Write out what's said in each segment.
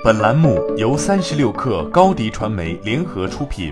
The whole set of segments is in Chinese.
本栏目由36氪高迪传媒联合出品。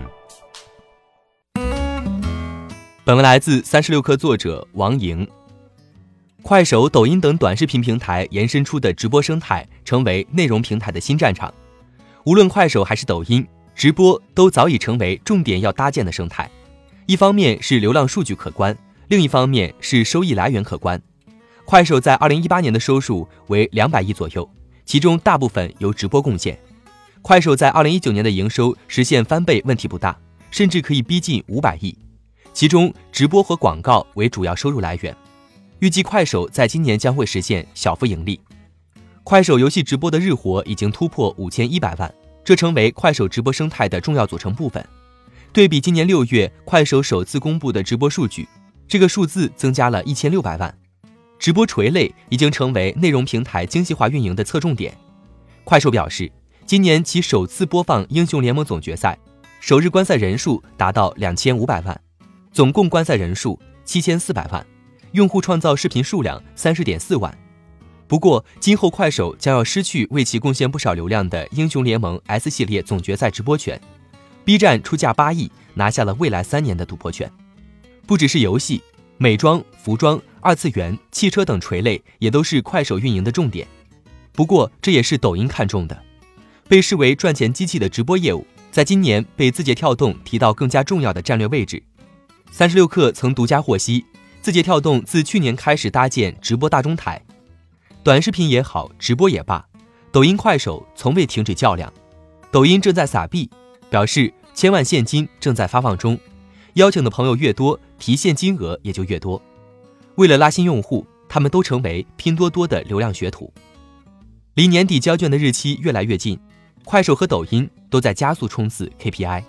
本文来自36氪作者王莹。快手、抖音等短视频平台延伸出的直播生态成为内容平台的新战场。无论快手还是抖音，直播都早已成为重点要搭建的生态。一方面是流量数据可观，另一方面是收益来源可观。快手在2018年的收入为200亿左右，其中大部分由直播贡献。快手在2019年的营收实现翻倍问题不大，甚至可以逼近500亿，其中直播和广告为主要收入来源。预计快手在今年将会实现小幅盈利。快手游戏直播的日活已经突破5100万，这成为快手直播生态的重要组成部分。对比今年6月快手首次公布的直播数据，这个数字增加了1600万。直播垂类已经成为内容平台精细化运营的侧重点。快手表示，今年其首次播放英雄联盟总决赛，首日观赛人数达到2500万，总共观赛人数7400万，用户创造视频数量30.4万。不过，今后快手将要失去为其贡献不少流量的英雄联盟 S 系列总决赛直播权。B 站出价8亿，拿下了未来3年的赌博权。不只是游戏，美妆、服装、二次元、汽车等垂类也都是快手运营的重点。不过，这也是抖音看中的。被视为赚钱机器的直播业务，在今年被字节跳动提到更加重要的战略位置。36氪曾独家获悉，字节跳动自去年开始搭建直播大中台，短视频也好，直播也罢，抖音、快手从未停止较量。抖音正在撒币，表示1000万现金正在发放中，邀请的朋友越多，提现金额也就越多。为了拉新用户，他们都成为拼多多的流量学徒。离年底交卷的日期越来越近，快手和抖音都在加速冲刺 KPI。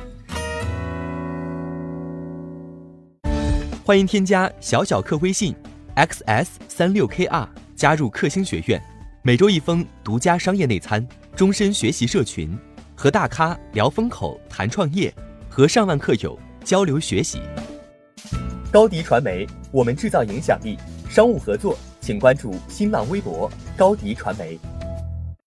欢迎添加小客微信 XS36KR 加入克星学院，每周一封独家商业内参，终身学习社群，和大咖聊风口谈创业，和上万客友交流学习。高迪传媒，我们制造影响力。商务合作请关注新浪微博高迪传媒。